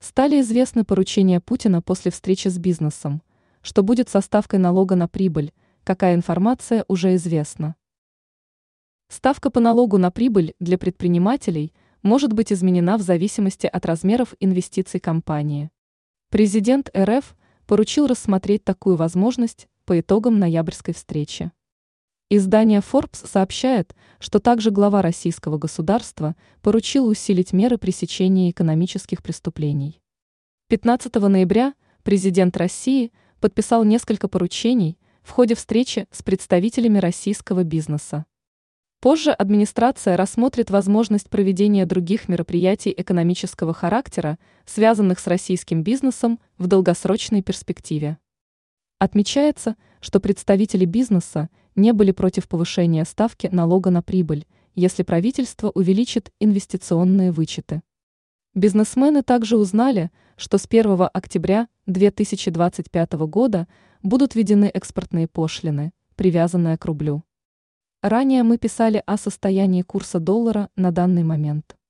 Стали известны поручения Путина после встречи с бизнесом. Что будет со ставкой налога на прибыль, какая информация уже известна. Ставка по налогу на прибыль для предпринимателей может быть изменена в зависимости от размеров инвестиций компании. Президент РФ поручил рассмотреть такую возможность по итогам ноябрьской встречи. Издание Forbes сообщает, что также глава российского государства поручил усилить меры пресечения экономических преступлений. 15 ноября президент России подписал несколько поручений в ходе встречи с представителями российского бизнеса. Позже администрация рассмотрит возможность проведения других мероприятий экономического характера, связанных с российским бизнесом в долгосрочной перспективе. Отмечается, что представители бизнеса не были против повышения ставки налога на прибыль, если правительство увеличит инвестиционные вычеты. Бизнесмены также узнали, что с 1 октября 2025 года будут введены экспортные пошлины, привязанные к рублю. Ранее мы писали о состоянии курса доллара на данный момент.